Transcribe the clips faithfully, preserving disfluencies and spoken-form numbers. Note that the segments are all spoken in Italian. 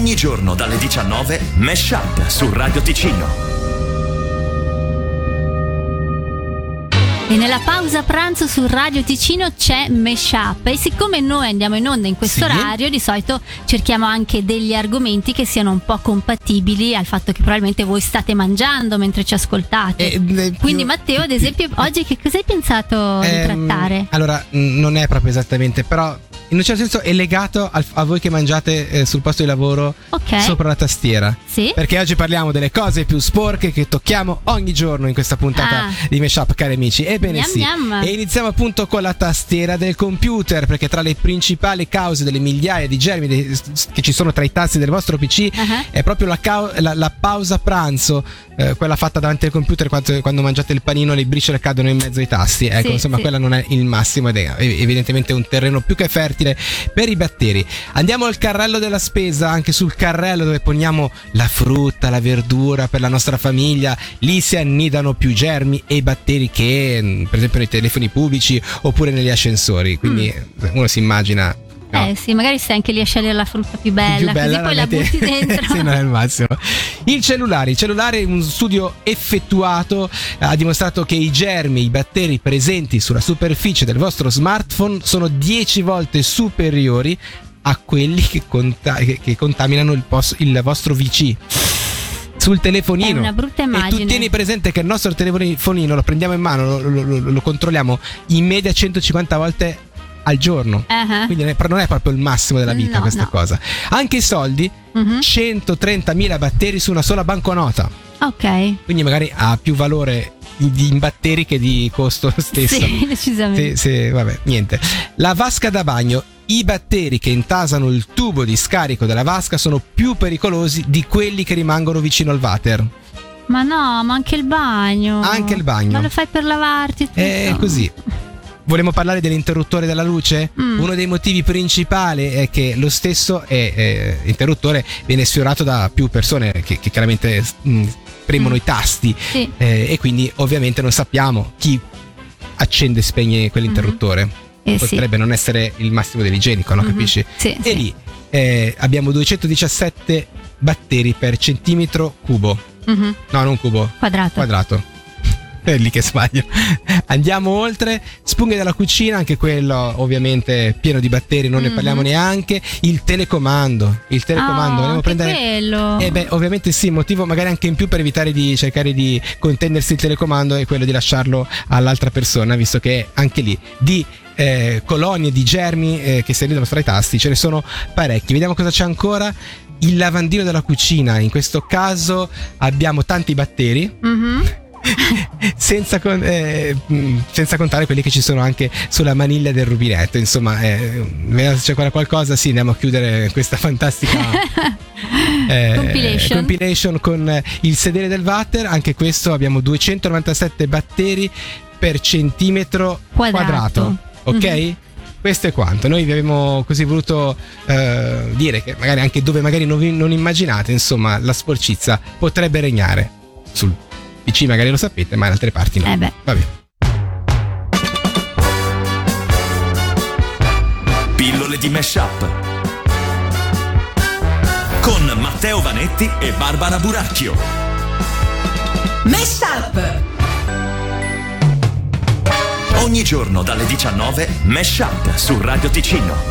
Ogni giorno dalle diciannove Mashup su Radio Ticino. E nella pausa pranzo su Radio Ticino c'è Mashup, e siccome noi andiamo in onda in questo Sì. orario, di solito cerchiamo anche degli argomenti che siano un po' compatibili al fatto che probabilmente voi state mangiando mentre ci ascoltate. Eh, eh, Quindi più- Matteo, ad esempio, oggi che cosa hai pensato di Ehm, trattare? Allora, mh, non è proprio esattamente, però in un certo senso è legato al- a voi che mangiate eh, sul posto di lavoro Ok. sopra la tastiera. Sì? Perché oggi parliamo delle cose più sporche che tocchiamo ogni giorno in questa puntata Ah. di Mashup, cari amici. Ebbene Gnam sì. gnam. E iniziamo appunto con la tastiera del computer, perché tra le principali cause delle migliaia di germi de- che ci sono tra i tasti del vostro P C Uh-huh. è proprio la, cau- la- la pausa pranzo, eh, quella fatta davanti al computer quando, quando mangiate il panino, le briciole cadono in mezzo ai tasti. Ecco, Sì, insomma, sì. quella non è il massimo ed è evidentemente un terreno più che fertile per i batteri. Andiamo al carrello della spesa, anche sul carrello dove poniamo la frutta, la verdura per la nostra famiglia. Lì si annidano più germi e batteri che, mh, per esempio, nei telefoni pubblici oppure negli ascensori. Quindi uno si immagina. no, Eh sì, magari stai anche lì a scegliere la frutta più bella, più bella, così poi la metti- butti dentro. sì, non è il massimo. Il cellulare, il cellulare, un studio effettuato ha dimostrato che i germi, i batteri presenti sulla superficie del vostro smartphone sono dieci volte superiori a quelli che, conta- che, che contaminano il, pos- il vostro V C sul telefonino. È una brutta immagine. E tu tieni presente che il nostro telefonino lo prendiamo in mano, lo, lo- lo- lo controlliamo in media centocinquanta volte al giorno. Uh-huh. Quindi ne- non è proprio il massimo della vita No, questa no. cosa. Anche i soldi, Mhm. centotrentamila batteri su una sola banconota. Ok. Quindi magari ha più valore di in batteri che di costo stesso. Sì, decisamente. Sì, sì, vabbè, niente. La vasca da bagno. I batteri che intasano il tubo di scarico della vasca sono più pericolosi di quelli che rimangono vicino al water. Ma no, ma anche il bagno. Anche il bagno. Ma lo fai per lavarti tutto. È così. Vogliamo parlare dell'interruttore della luce? Mm. Uno dei motivi principali è che lo stesso è, è, interruttore viene sfiorato da più persone che, che chiaramente mh, premono Mm. i tasti, Sì. eh, e quindi ovviamente non sappiamo chi accende e spegne quell'interruttore. Eh, sì. Potrebbe non essere il massimo dell'igienico, no? Mhm. Capisci? Sì, E sì. lì eh, abbiamo duecentodiciassette batteri per centimetro cubo. Mhm. No, non cubo, Quadrato. quadrato. È lì che sbaglio. Andiamo oltre. Spughe della cucina, anche quello ovviamente pieno di batteri, non ne Mhm. parliamo neanche. Il telecomando. Il telecomando. Oh, Volevo anche prendere. quello. Eh beh, ovviamente sì, motivo magari anche in più per evitare di cercare di contendersi il telecomando è quello di lasciarlo all'altra persona, visto che anche lì di eh, colonie di germi eh, che si arrivano fra i tasti ce ne sono parecchi. Vediamo cosa c'è ancora. Il lavandino della cucina, in questo caso abbiamo tanti batteri. Mhm. senza, con- eh, mh, senza contare quelli che ci sono anche sulla maniglia del rubinetto. Insomma, eh, vediamo se c'è ancora qualcosa. Sì, andiamo a chiudere questa fantastica eh, Compilation. compilation con eh, il sedere del water. Anche questo abbiamo duecentonovantasette batteri per centimetro Quadrato. quadrato. Ok? Mhm. Questo è quanto. Noi vi abbiamo così voluto eh, dire che magari anche dove magari non, vi- non immaginate, insomma, la sporcizia potrebbe regnare. Sul P C magari lo sapete, ma in altre parti no. Eh beh. Vabbè. Pillole di Mashup con Matteo Vanetti e Barbara Buracchio. Mashup. Ogni giorno dalle diciannove Mashup su Radio Ticino.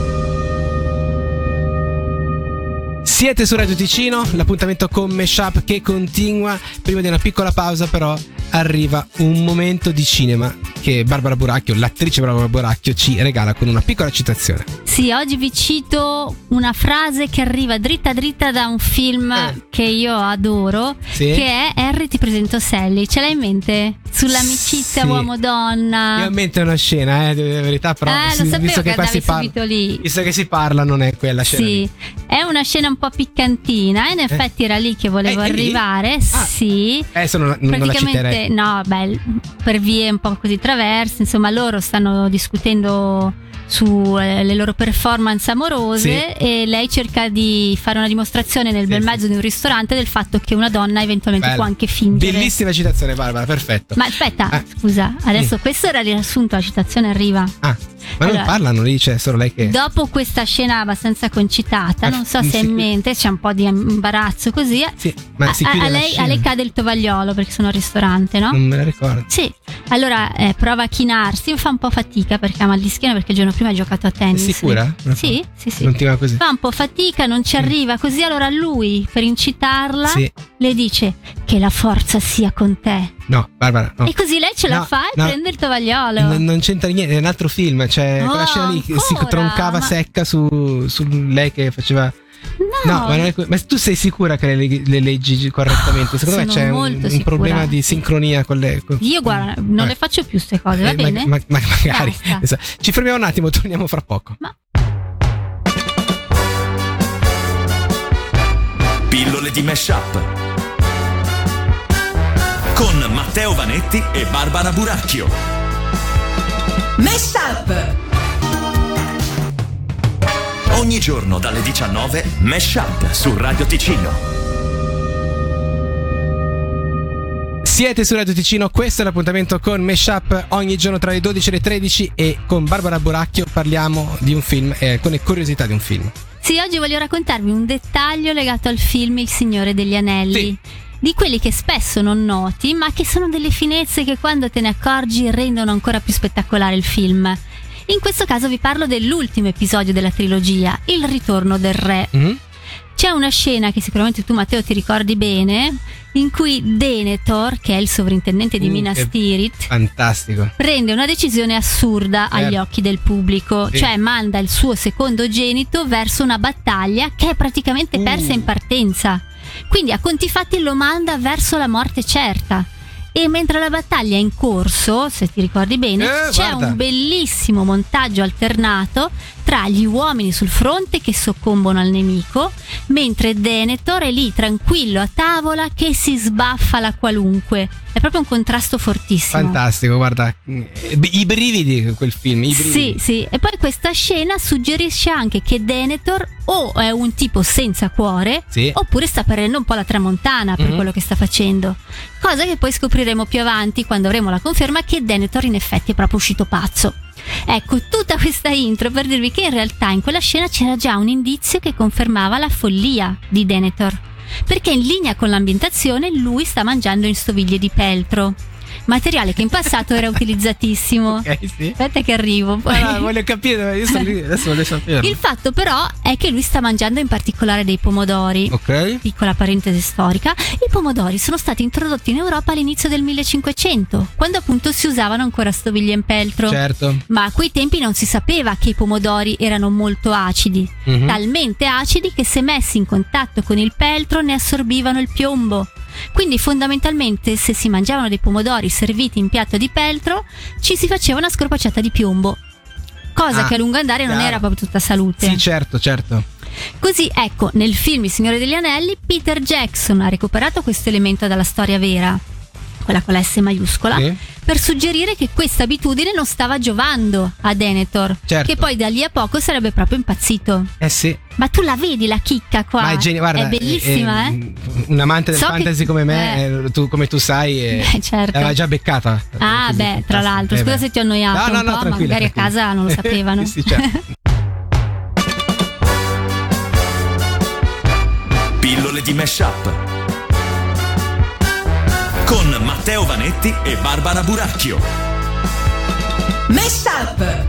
Siete su Radio Ticino, l'appuntamento con Mashup che continua. Prima di una piccola pausa però arriva un momento di cinema che Barbara Buracchio, l'attrice Barbara Buracchio, ci regala con una piccola citazione. Sì, oggi vi cito una frase che arriva dritta dritta da un film Eh. che io adoro, Sì? che è Harry ti presento Sally. Ce l'hai in mente? Sull'amicizia Sì. uomo-donna. Io ho in mente una scena, eh, di verità, però Eh, lo sì, sapevo visto che che qua si andavi parla, subito lì. visto che si parla, non è quella scena. Sì, lì. è una scena un po' piccantina. In effetti era lì che volevo Eh, è lì? arrivare. Ah. Sì. Adesso non, non la Praticamente, citerei. no, beh, per vie un po' così traverse, insomma, loro stanno discutendo sulle eh, loro performance amorose, sì. E lei cerca di fare una dimostrazione nel sì, bel mezzo sì. di un ristorante del fatto che una donna eventualmente Bella. può anche fingere. Bellissima citazione, Barbara, perfetto. Ma aspetta, ah. scusa, adesso sì. questo era il riassunto, la citazione arriva. Ah, ma allora, non parlano, dice solo lei che... Dopo questa scena abbastanza concitata, ah, non so se sì. in mente c'è un po' di imbarazzo così, sì, ma si a, a, lei, a lei cade il tovagliolo perché sono al ristorante, no? Non me la ricordo. Sì, allora eh, prova a chinarsi, fa un po' fatica perché ha mal di schiena perché il giorno prima ha giocato a tennis. È sicura? Sì, sì, sì. Non ti va così? Fa un po' fatica, non ci arriva, così allora lui, per incitarla, sì. le dice che la forza sia con te. No, Barbara, no. E così lei ce no, la fa e no. prende il tovagliolo. Non, non c'entra niente, è un altro film, cioè oh, quella scena lì ancora? si troncava ma... secca su, su lei che faceva... No, no ma, non è, ma tu sei sicura che le, le leggi correttamente? Secondo Sono me c'è un, un problema di sincronia con le. Con... Io guarda, non eh. le faccio più queste cose, va eh, bene? Ma, ma, magari. Ci fermiamo un attimo, torniamo fra poco. Ma... Pillole di Mashup con Matteo Vanetti e Barbara Buracchio. Mashup. Ogni giorno dalle diciannove Mashup su Radio Ticino. Siete su Radio Ticino, questo è l'appuntamento con Mashup ogni giorno tra le dodici e le tredici e con Barbara Buracchio parliamo di un film, eh, con le curiosità di un film. Sì, oggi voglio raccontarvi un dettaglio legato al film Il Signore degli Anelli. Sì. Di quelli che spesso non noti, ma che sono delle finezze che quando te ne accorgi rendono ancora più spettacolare il film. In questo caso vi parlo dell'ultimo episodio della trilogia, Il Ritorno del Re. Mm-hmm. C'è una scena che sicuramente tu, Matteo, ti ricordi bene, in cui Denethor, che è il sovrintendente di uh, Minas Tirith, fantastico, prende una decisione assurda certo. agli occhi del pubblico, sì. cioè manda il suo secondogenito verso una battaglia che è praticamente persa uh. in partenza. Quindi a conti fatti lo manda verso la morte certa. E mentre la battaglia è in corso, se ti ricordi bene, eh, c'è guarda. un bellissimo montaggio alternato tra gli uomini sul fronte che soccombono al nemico, mentre Denethor è lì tranquillo a tavola che si sbaffa la qualunque. È proprio un contrasto fortissimo. Fantastico, guarda, i brividi quel film, i brividi. Sì, sì, e poi questa scena suggerisce anche che Denethor o è un tipo senza cuore, sì. oppure sta perdendo un po' la tramontana per mm-hmm. quello che sta facendo. Cosa che poi scopriremo più avanti quando avremo la conferma che Denethor in effetti è proprio uscito pazzo. Ecco, tutta questa intro per dirvi che in realtà in quella scena c'era già un indizio che confermava la follia di Denethor, perché in linea con l'ambientazione lui sta mangiando in stoviglie di peltro, materiale che in passato era utilizzatissimo. Ok, sì. Aspetta che arrivo poi. Ah, voglio capire, io sto lì, adesso voglio sapere. Il fatto però è che lui sta mangiando in particolare dei pomodori. Ok. Piccola parentesi storica, i pomodori sono stati introdotti in Europa all'inizio del millecinquecento, quando appunto si usavano ancora stoviglie in peltro. Certo. Ma a quei tempi non si sapeva che i pomodori erano molto acidi, mm-hmm. talmente acidi che se messi in contatto con il peltro ne assorbivano il piombo. Quindi fondamentalmente se si mangiavano dei pomodori serviti in piatto di peltro ci si faceva una scorpacciata di piombo, cosa ah, che a lungo andare non chiaro. era proprio tutta salute. Sì, certo, certo. Così ecco, nel film Il Signore degli Anelli Peter Jackson ha recuperato questo elemento dalla storia vera, quella con la S maiuscola, sì. per suggerire che questa abitudine non stava giovando a Denethor, certo. che poi da lì a poco sarebbe proprio impazzito. Eh sì. Ma tu la vedi la chicca qua? Ma è, geni- guarda, è bellissima, eh, eh? Un amante del so fantasy che, come me, eh. tu, come tu sai, eh, beh, certo. l'aveva già beccata. Ah, così, beh, tra l'altro, scusa eh, se ti ho annoiato no, un no, no, po', ma magari a casa non lo sapevano. sì, certo. Pillole di Mashup con Matteo Vanetti e Barbara Buracchio. Mashup.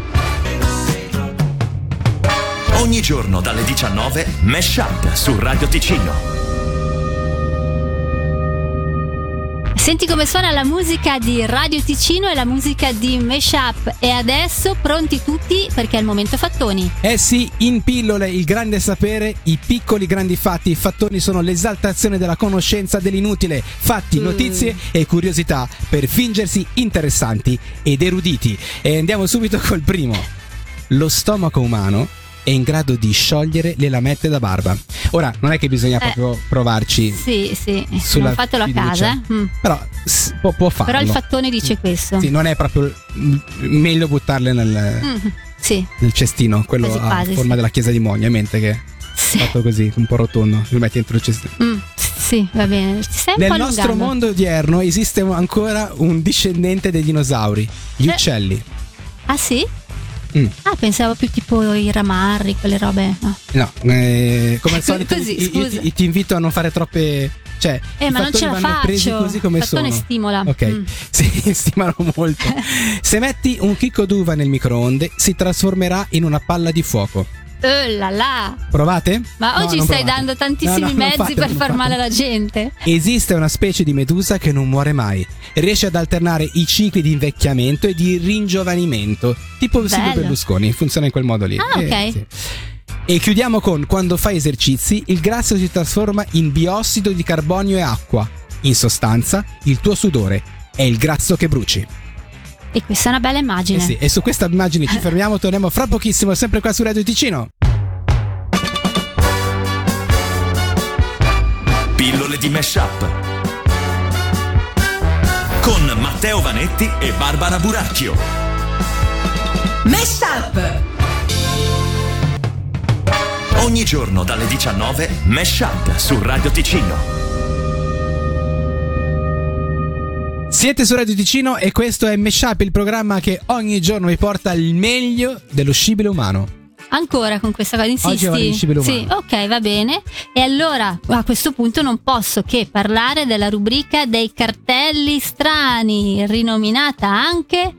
Ogni giorno dalle diciannove Mashup su Radio Ticino. Senti come suona la musica di Radio Ticino e la musica di Mashup. E adesso pronti tutti perché è il momento fattoni. Eh sì, in pillole il grande sapere, i piccoli grandi fatti. I fattoni sono l'esaltazione della conoscenza dell'inutile. Fatti, notizie mm. e curiosità per fingersi interessanti ed eruditi. E andiamo subito col primo. Lo stomaco umano è in grado di sciogliere le lamette da barba. Ora, non è che bisogna eh, proprio provarci. Sì, sì, non fatelo a casa. Mm. Però s- può, può farlo. Però il fattone dice questo. Sì, non è proprio meglio buttarle nel... Mm. Sì. Nel cestino, quello quasi, a quasi, forma sì. della chiesa di Monia, in mente che sì. fatto così, un po' rotondo, lo metti dentro il cestino. Mm, sì, va bene. Sei un Nel po' nostro allungando. mondo odierno esiste ancora un discendente dei dinosauri, gli Eh. uccelli. Ah sì? Mm. Ah, pensavo più tipo i ramarri, quelle robe. No, No, eh, come al solito Così, io, io scusa. ti, ti invito a non fare troppe, cioè Eh, i ma non fattori ce la vanno presi faccio. così come Il fattone sono. stimola. Ok, Mm. si stimano molto. Se metti un chicco d'uva nel microonde si trasformerà in una palla di fuoco. Oh là là. Provate? Ma No, oggi non stai provate. dando tantissimi No, no, non mezzi fate, per non far fate. male alla gente. Esiste una specie di medusa che non muore mai. Riesce ad alternare i cicli di invecchiamento e di ringiovanimento. Tipo Silvio Bello. Berlusconi, funziona in quel modo lì. Ah, ok. Eh, sì. E chiudiamo con: quando fai esercizi, il grasso si trasforma in biossido di carbonio e acqua. In sostanza, il tuo sudore è il grasso che bruci. E questa è una bella immagine. Eh sì, e su questa immagine ci fermiamo, torniamo fra pochissimo, sempre qua su Radio Ticino. Pillole di Mashup con Matteo Vanetti e Barbara Buracchio. Mashup. Ogni giorno dalle diciannove Mashup su Radio Ticino. Siete su Radio Ticino e questo è Mashup, il programma che ogni giorno vi porta il meglio dello scibile umano. Ancora con questa cosa, insisti? Oggi è il scibile umano. Sì, ok, va bene. E allora a questo punto non posso che parlare della rubrica dei cartelli strani, rinominata anche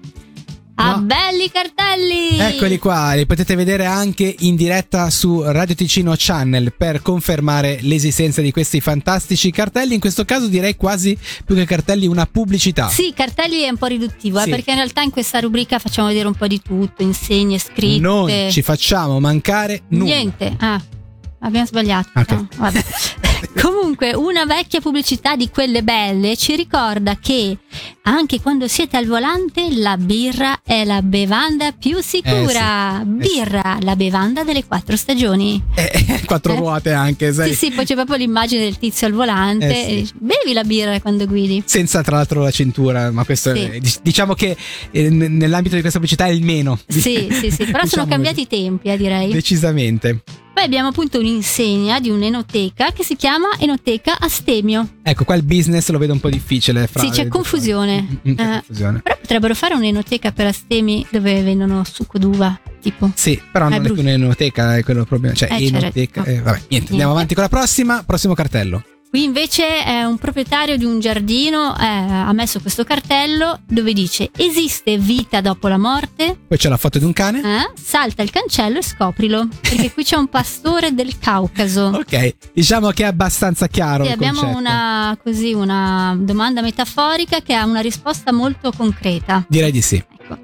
A No. Belli Cartelli. Eccoli qua, li potete vedere anche in diretta su Radio Ticino Channel per confermare l'esistenza di questi fantastici cartelli. In questo caso direi quasi più che cartelli una pubblicità. Sì, cartelli è un po' riduttivo, Sì. eh, perché in realtà in questa rubrica facciamo vedere un po' di tutto, insegne, scritte. Non ci facciamo mancare nulla. Niente. Ah, abbiamo sbagliato. Ok. No, vabbè. Comunque, una vecchia pubblicità di quelle belle ci ricorda che anche quando siete al volante, la birra è la bevanda più sicura. Eh sì. Birra, la bevanda delle quattro stagioni. Eh, quattro Eh? ruote anche, sai. Sì, sì, poi c'è proprio l'immagine del tizio al volante. Eh sì. E dice, bevi la birra quando guidi. Senza tra l'altro la cintura, ma questo Sì. è, diciamo che eh, n- nell'ambito di questa pubblicità è il meno. Sì, sì, sì, però Diciamo sono cambiati i tempi, eh, direi. Decisamente. Poi abbiamo appunto un'insegna di un'enoteca che si chiama Enoteca Astemio. Ecco, qua il business lo vedo un po' difficile. Fra Sì, c'è confusione. Mm, c'è Eh, confusione. Però potrebbero fare un'enoteca per astemi dove vendono succo d'uva, tipo. Sì, però È non è più brutto. un'enoteca, è quello il problema. Cioè, Eh, c'è enoteca. ragione. eh, vabbè, niente, andiamo avanti con la prossima. Prossimo cartello. Qui invece è un proprietario di un giardino, eh, ha messo questo cartello dove dice: esiste vita dopo la morte? Poi c'è la foto di un cane. Eh? Salta il cancello e scoprilo, perché qui c'è un pastore del Caucaso. Ok, diciamo che è abbastanza chiaro Sì, il abbiamo concetto. una, così, una domanda metaforica che ha una risposta molto concreta. Direi di sì. Ecco.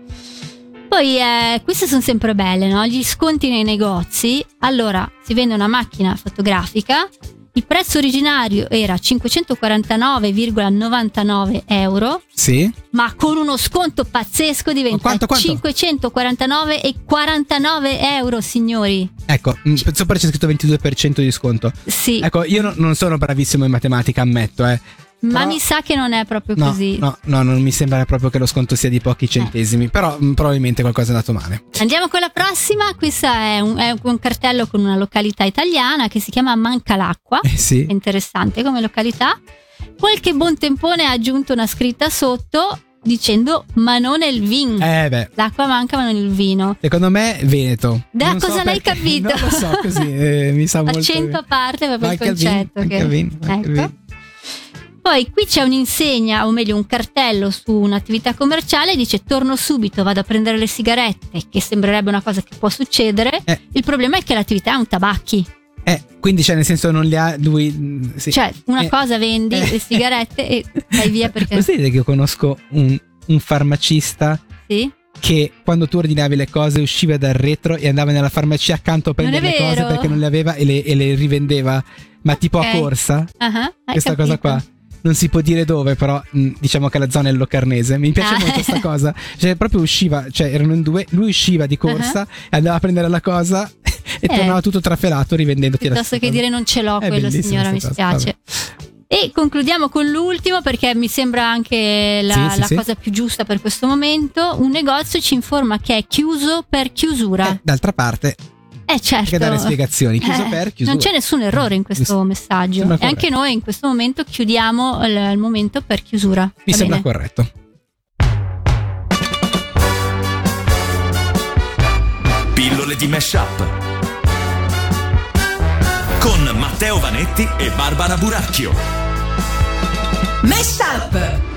Poi eh, queste sono sempre belle, no? Gli sconti nei negozi. Allora, si vende una macchina fotografica. Il prezzo originario era cinquecentoquarantanove virgola novantanove euro, Sì? ma con uno sconto pazzesco diventa Quanto, quanto? cinquecentoquarantanove e quarantanove euro, signori. Ecco, mm, sopra c'è scritto ventidue per cento di sconto. Sì, Ecco, io no- non sono bravissimo in matematica, ammetto, eh. ma però- mi sa che non è proprio No, così. no, no, non mi sembra proprio che lo sconto sia di pochi centesimi, però mm, probabilmente qualcosa è andato male. Andiamo con la prossima. Questa è un, è un cartello con una località italiana che si chiama Mancalacqua. Eh sì. È interessante come località. Qualche buon tempone ha aggiunto una scritta sotto dicendo: ma non è il vin. Eh beh, L'acqua manca ma non il vino. secondo me Veneto. Da Non so cosa l'hai perché, capito? Non lo so, così eh, mi sa molto. Accento a parte proprio Manca il il vin, concetto. manca che- il vin, manca il ecco. vin. Poi qui c'è un'insegna, o meglio un cartello su un'attività commerciale, dice: torno subito, vado a prendere le sigarette, che sembrerebbe una cosa che può succedere. Eh. Il problema è che l'attività è un tabacchi. Eh, quindi cioè nel senso non li ha lui mm, sì. Cioè, una Eh, cosa vendi eh. le sigarette e vai via perché. Lo sapete che io conosco un, un farmacista Sì? che quando tu ordinavi le cose usciva dal retro e andava nella farmacia accanto a prendere Non è le cose vero? perché non le aveva e le, e le rivendeva, ma tipo Ok. a corsa. Ah, hai Questa capito. cosa qua non si può dire dove, però mh, diciamo che la zona è il Locarnese. Mi piace Ah. molto questa cosa. Cioè proprio usciva, cioè erano in due, lui usciva di corsa Uh-huh. e andava a prendere la cosa e Eh. tornava tutto trafelato rivendendoti la Piuttosto stessa che cosa. dire non ce l'ho, È quello bellissima signora, mi sta cosa, spiace. E concludiamo con l'ultimo, perché mi sembra anche la, sì, sì, la sì. cosa più giusta per questo momento. Un negozio ci informa che è chiuso per chiusura. Eh, d'altra parte, eh certo, che dare spiegazioni, chiuso eh, per chiusura. non c'è nessun errore in questo Mi messaggio. E anche noi in questo momento chiudiamo il, il momento per chiusura. Mi Va sembra bene? corretto. Pillole di Mashup con Matteo Vanetti e Barbara Buracchio. Mashup.